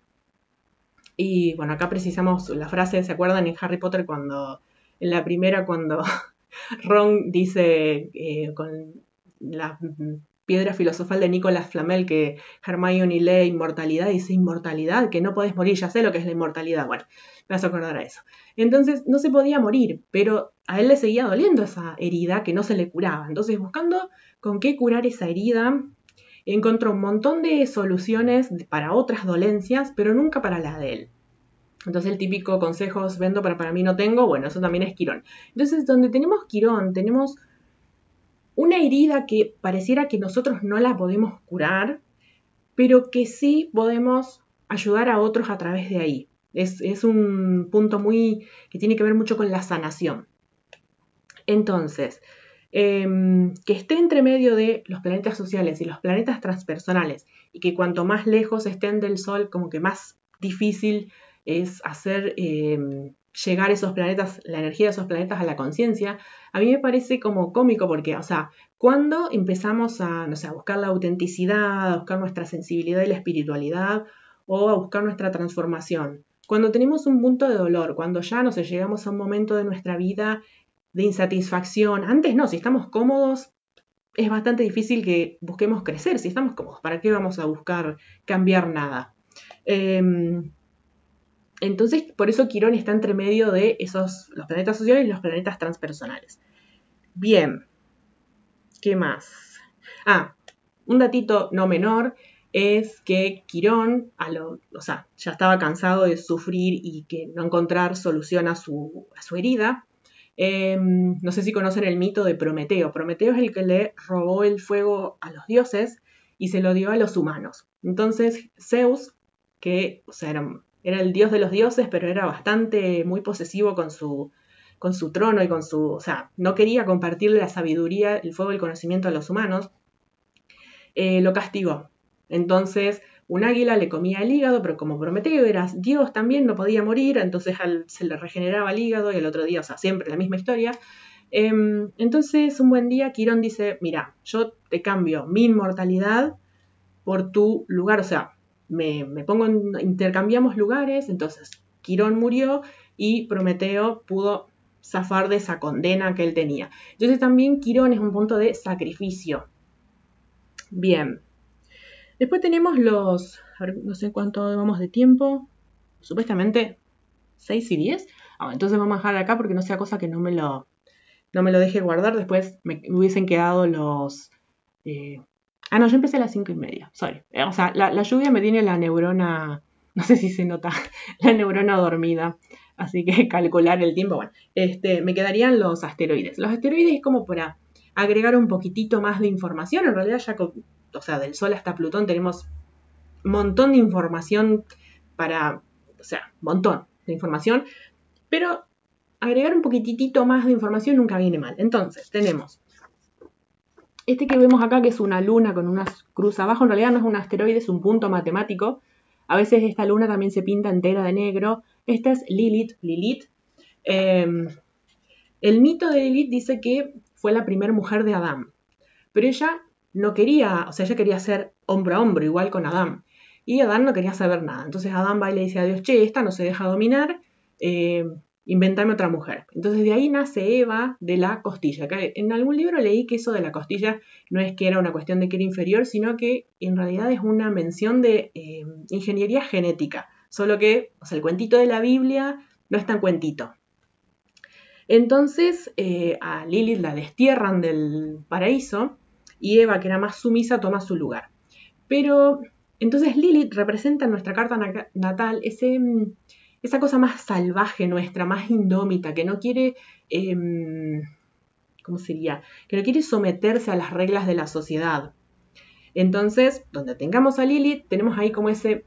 Y bueno, acá precisamos la frase, ¿se acuerdan en Harry Potter en la primera, cuando Ron dice con la piedra filosofal de Nicolas Flamel que Hermione lee inmortalidad y dice inmortalidad, que no podés morir, ya sé lo que es la inmortalidad, bueno, me vas a acordar a eso. Entonces no se podía morir, pero a él le seguía doliendo esa herida que no se le curaba. Entonces buscando con qué curar esa herida, encontró un montón de soluciones para otras dolencias, pero nunca para la de él. Entonces el típico consejos vendo pero para mí no tengo, bueno, eso también es Quirón. Entonces donde tenemos Quirón, tenemos una herida que pareciera que nosotros no la podemos curar, pero que sí podemos ayudar a otros a través de ahí. Es un punto que tiene que ver mucho con la sanación. Entonces, que esté entre medio de los planetas sociales y los planetas transpersonales y que cuanto más lejos estén del Sol, como que más difícil es hacer llegar esos planetas, la energía de esos planetas a la conciencia, a mí me parece como cómico porque, o sea, cuando empezamos a, no sé, a buscar la autenticidad, a buscar nuestra sensibilidad y la espiritualidad o a buscar nuestra transformación, cuando tenemos un punto de dolor, cuando ya, no sé, llegamos a un momento de nuestra vida de insatisfacción, antes no, si estamos cómodos, es bastante difícil que busquemos crecer, si estamos cómodos, ¿para qué vamos a buscar cambiar nada? Entonces, por eso Quirón está entre medio de los planetas sociales y los planetas transpersonales. Bien, ¿qué más? Un datito no menor es que Quirón, ya estaba cansado de sufrir y que no encontrar solución a su herida. No sé si conocen el mito de Prometeo. Prometeo es el que le robó el fuego a los dioses y se lo dio a los humanos. Entonces Zeus, que era el dios de los dioses, pero era muy posesivo con su trono y no quería compartirle la sabiduría, el fuego y el conocimiento a los humanos, lo castigó. Entonces un águila le comía el hígado, pero como Prometeo era dios también, no podía morir, entonces se le regeneraba el hígado y el otro día, siempre la misma historia. Entonces un buen día Quirón dice, mira, yo te cambio mi inmortalidad por tu lugar, intercambiamos lugares. Entonces Quirón murió y Prometeo pudo zafar de esa condena que él tenía. Entonces también Quirón es un punto de sacrificio. Bien. Después tenemos no sé cuánto vamos de tiempo, supuestamente 6 y 10. Entonces vamos a dejar acá porque no sea cosa que no me lo deje guardar. Después me hubiesen quedado los... no, yo empecé a las 5:30, sorry. La lluvia me tiene la neurona, no sé si se nota, la neurona dormida. Así que calcular el tiempo, bueno. Me quedarían los asteroides. Los asteroides es como para agregar un poquitito más de información. En realidad ya del Sol hasta Plutón tenemos un montón de información montón de información, pero agregar un poquitito más de información nunca viene mal. Entonces, tenemos que vemos acá, que es una luna con una cruz abajo. En realidad no es un asteroide, es un punto matemático. A veces esta luna también se pinta entera de negro. Esta es Lilith. El mito de Lilith dice que fue la primera mujer de Adán, pero ella no quería, ella quería ser hombro a hombro, igual con Adán. Y Adán no quería saber nada. Entonces Adán va y le dice a Dios, che, esta no se deja dominar, inventame otra mujer. Entonces de ahí nace Eva de la costilla. Que en algún libro leí que eso de la costilla no es que era una cuestión de que era inferior, sino que en realidad es una mención de ingeniería genética. Solo que, el cuentito de la Biblia no es tan cuentito. Entonces a Lilith la destierran del paraíso y Eva, que era más sumisa, toma su lugar. Pero entonces Lilith representa en nuestra carta natal esa cosa más salvaje nuestra, más indómita, que no quiere, ¿cómo sería? Que no quiere someterse a las reglas de la sociedad. Entonces, donde tengamos a Lilith, tenemos ahí como ese,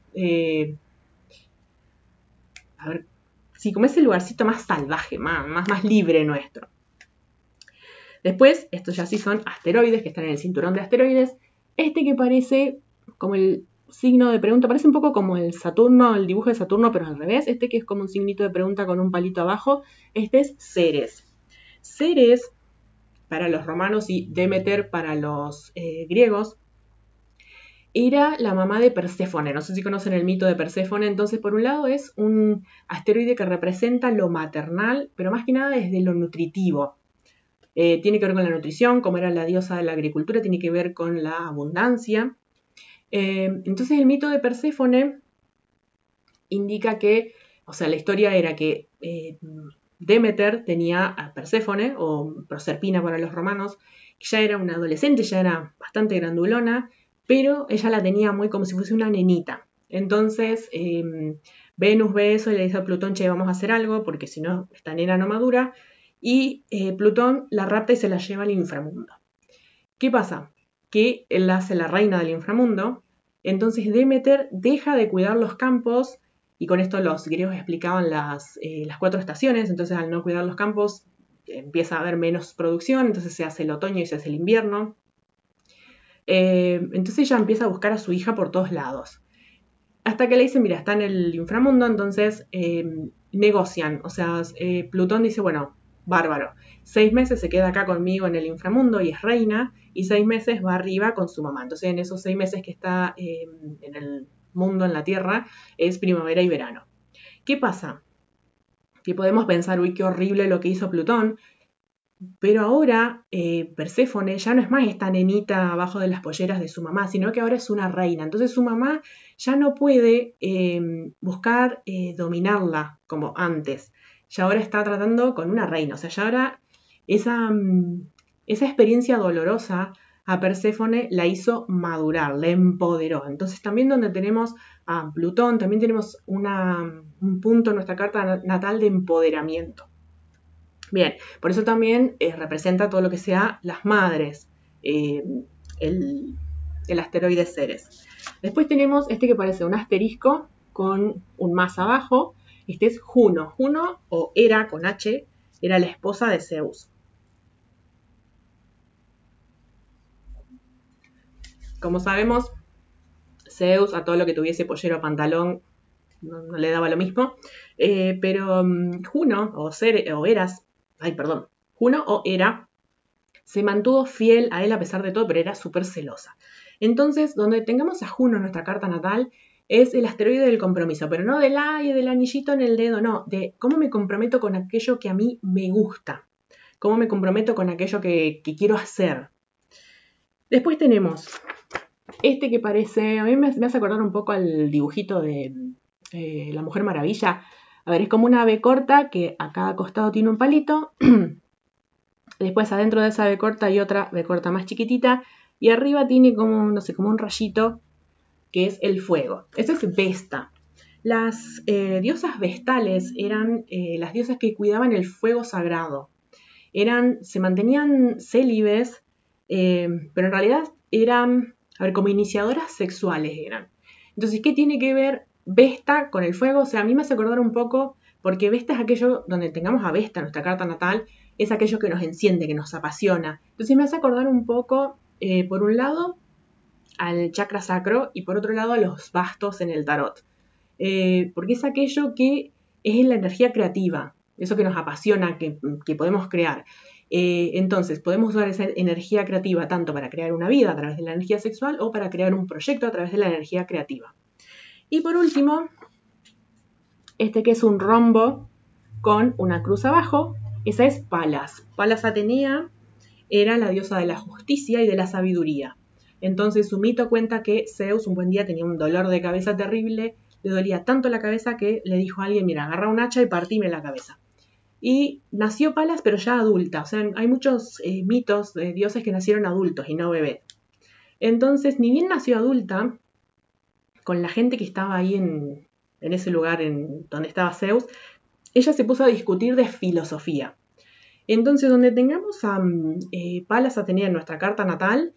como ese lugarcito más salvaje, más libre nuestro. Después, estos ya sí son asteroides, que están en el cinturón de asteroides. Que parece como el signo de pregunta, parece un poco como el Saturno, el dibujo de Saturno, pero al revés. Que es como un signito de pregunta con un palito abajo. Es Ceres. Ceres, para los romanos, y Demeter para los griegos, era la mamá de Perséfone. No sé si conocen el mito de Perséfone. Entonces, por un lado, es un asteroide que representa lo maternal, pero más que nada desde lo nutritivo. Tiene que ver con la nutrición, como era la diosa de la agricultura, tiene que ver con la abundancia. Entonces el mito de Perséfone indica que, la historia era que Demeter tenía a Perséfone, o Proserpina para los romanos, que ya era una adolescente, ya era bastante grandulona, pero ella la tenía muy como si fuese una nenita. Entonces Venus ve eso y le dice a Plutón, che, vamos a hacer algo, porque si no, esta nena no madura. Y Plutón la rapta y se la lleva al inframundo. ¿Qué pasa? Que él la hace la reina del inframundo, entonces Demeter deja de cuidar los campos, y con esto los griegos explicaban las 4 estaciones. Entonces al no cuidar los campos empieza a haber menos producción, entonces se hace el otoño y se hace el invierno. Entonces ella empieza a buscar a su hija por todos lados. Hasta que le dicen, mira, está en el inframundo. Entonces negocian, Plutón dice, bueno, bárbaro, 6 meses se queda acá conmigo en el inframundo y es reina, y 6 meses va arriba con su mamá. Entonces en esos 6 meses que está en el mundo, en la Tierra, es primavera y verano. ¿Qué pasa? Que podemos pensar, uy, qué horrible lo que hizo Plutón, Pero ahora Perséfone ya no es más esta nenita abajo de las polleras de su mamá, sino que ahora es una reina. Entonces su mamá ya no puede buscar dominarla como antes. Ya ahora está tratando con una reina. O sea, ya ahora esa, esa experiencia dolorosa a Perséfone la hizo madurar, la empoderó. Entonces también donde tenemos a Plutón, también tenemos un punto en nuestra carta natal de empoderamiento. Bien, por eso también representa todo lo que sea las madres, eh, el, el asteroide Ceres. Después tenemos este que parece un asterisco con un más abajo. Este es Juno. Juno, o Hera con H, era la esposa de Zeus. Como sabemos, Zeus a todo lo que tuviese pollero o pantalón no le daba lo mismo. Pero Juno, o Eras, ay, perdón, Juno o Hera, se mantuvo fiel a él a pesar de todo, pero era súper celosa. Entonces, donde tengamos a Juno en nuestra carta natal, es el asteroide del compromiso, pero no del del anillito en el dedo, no, de cómo me comprometo con aquello que a mí me gusta, cómo me comprometo con aquello que quiero hacer. Después tenemos este que parece, a mí me hace acordar un poco al dibujito de La Mujer Maravilla. A ver, es como una ave corta que a cada costado tiene un palito. Después adentro de esa B corta hay otra B corta más chiquitita. Y arriba tiene como, no sé, como un rayito que es el fuego. Eso es Vesta. Las diosas vestales eran las diosas que cuidaban el fuego sagrado. Se mantenían célibes, pero en realidad eran, a ver, como iniciadoras sexuales eran. Entonces, ¿qué tiene que ver Vesta con el fuego? O sea, a mí me hace acordar un poco, porque Vesta es aquello, donde tengamos a Vesta, nuestra carta natal, es aquello que nos enciende, que nos apasiona. Entonces me hace acordar un poco, por un lado, al chakra sacro y por otro lado a los bastos en el tarot. Porque es aquello que es la energía creativa, eso que nos apasiona, que podemos crear. Entonces, podemos usar esa energía creativa tanto para crear una vida a través de la energía sexual o para crear un proyecto a través de la energía creativa. Y por último, este que es un rombo con una cruz abajo, esa es Palas. Palas Atenea era la diosa de la justicia y de la sabiduría. Entonces su mito cuenta que Zeus un buen día tenía un dolor de cabeza terrible, le dolía tanto la cabeza que le dijo a alguien, mira, agarra un hacha y partime la cabeza. Y nació Palas, pero ya adulta. O sea, hay muchos mitos de dioses que nacieron adultos y no bebés. Entonces, ni bien nació adulta, con la gente que estaba ahí en ese lugar donde estaba Zeus, ella se puso a discutir de filosofía. Entonces, donde tengamos a Palas Atenea en nuestra carta natal,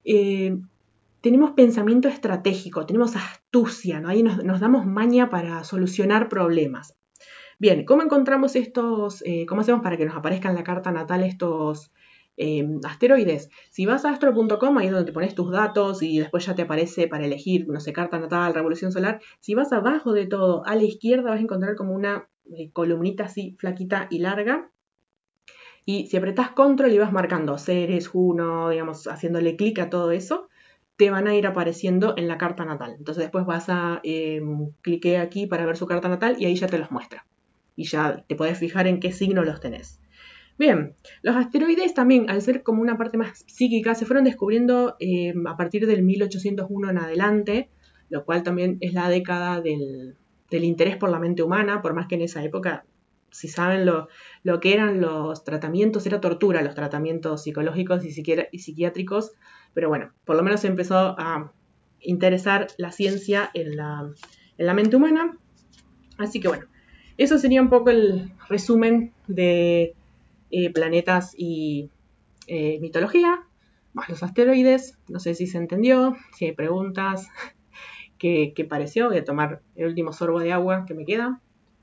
tenemos pensamiento estratégico, tenemos astucia, ¿no? Ahí nos damos maña para solucionar problemas. Bien, ¿cómo encontramos cómo hacemos para que nos aparezcan en la carta natal estos asteroides? Si vas a astro.com, ahí es donde te pones tus datos y después ya te aparece para elegir, no sé, carta natal, revolución solar. Si vas abajo de todo, a la izquierda vas a encontrar como una columnita así flaquita y larga. Y si apretás control y vas marcando Ceres, Juno, digamos, haciéndole clic a todo eso, te van a ir apareciendo en la carta natal. Entonces después vas a cliquear aquí para ver su carta natal y ahí ya te los muestra. Y ya te podés fijar en qué signo los tenés. Bien, los asteroides también, al ser como una parte más psíquica, se fueron descubriendo a partir del 1801 en adelante, lo cual también es la década del interés por la mente humana, por más que en esa época, si saben lo que eran los tratamientos, era tortura los tratamientos psicológicos y psiquiátricos, pero bueno, por lo menos se empezó a interesar la ciencia en la mente humana. Así que bueno, eso sería un poco el resumen de planetas y mitología, más los asteroides. No sé si se entendió, si hay preguntas, qué pareció. Voy a tomar el último sorbo de agua que me queda.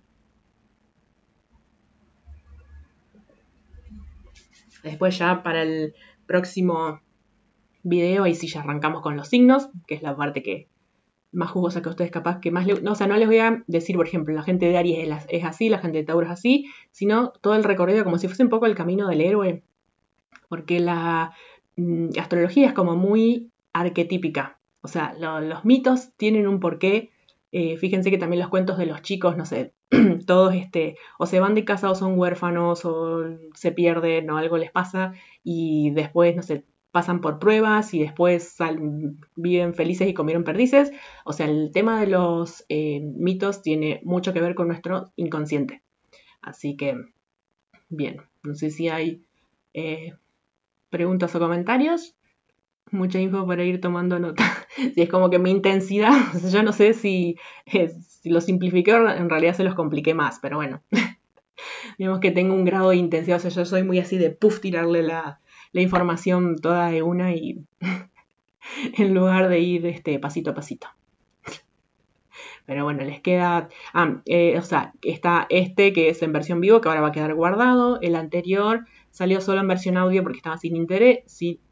Después ya para el próximo video, ahí sí ya arrancamos con los signos, que es la parte que más jugosa que a ustedes capaz que más no, o sea, no les voy a decir, por ejemplo, la gente de Aries es así, la gente de Tauro es así, sino todo el recorrido como si fuese un poco el camino del héroe, porque la astrología es como muy arquetípica, o sea, los mitos tienen un porqué. Fíjense que también los cuentos de los chicos, no sé, todos o se van de casa o son huérfanos o se pierden o algo les pasa y después, no sé, pasan por pruebas y después viven felices y comieron perdices. O sea, el tema de los mitos tiene mucho que ver con nuestro inconsciente. Así que, bien, no sé si hay preguntas o comentarios. Mucha info para ir tomando nota. Si es como que mi intensidad, yo no sé si lo simplifiqué o en realidad se los compliqué más, pero bueno, digamos que tengo un grado de intensidad, o sea, yo soy muy así de puff, tirarle la información toda de una y en lugar de ir pasito a pasito. Pero bueno, les queda, o sea, está que es en versión vivo, que ahora va a quedar guardado. El anterior salió solo en versión audio porque estaba sin interés,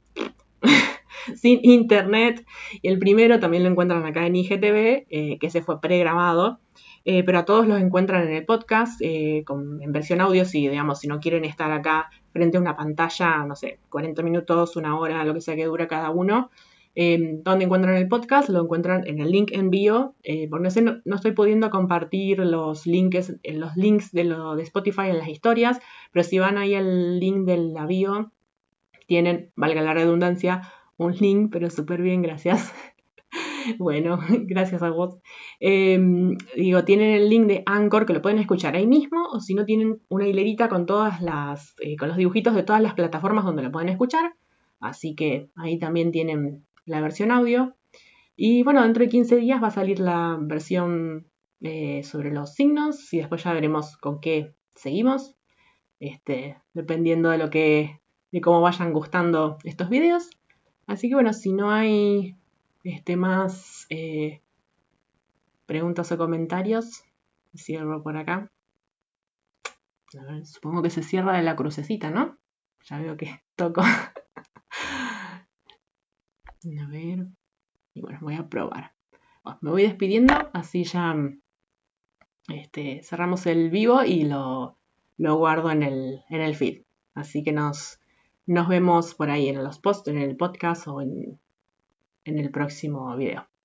sin internet. Y el primero también lo encuentran acá en IGTV, que se fue pregrabado. Pero a todos los encuentran en el podcast, en versión audio, si no quieren estar acá frente a una pantalla, no sé, 40 minutos, una hora, lo que sea que dura cada uno. ¿Dónde encuentran el podcast? Lo encuentran en el link en bio, porque no estoy pudiendo compartir los links de Spotify en las historias, pero si van ahí al link de la bio, tienen, valga la redundancia, un link, pero súper bien, gracias. Bueno, gracias a vos. Tienen el link de Anchor que lo pueden escuchar ahí mismo, o si no tienen una hilerita con con los dibujitos de todas las plataformas donde lo pueden escuchar. Así que ahí también tienen la versión audio. Y bueno, dentro de 15 días va a salir la versión sobre los signos y después ya veremos con qué seguimos. Dependiendo de cómo vayan gustando estos videos. Así que bueno, si no hay más preguntas o comentarios, cierro por acá. A ver, supongo que se cierra de la crucecita, ¿no? Ya veo que toco. A ver. Y bueno, voy a probar. Bueno, me voy despidiendo, así ya cerramos el vivo y lo guardo en el feed. Así que nos vemos por ahí en los posts, en el podcast o en el próximo video.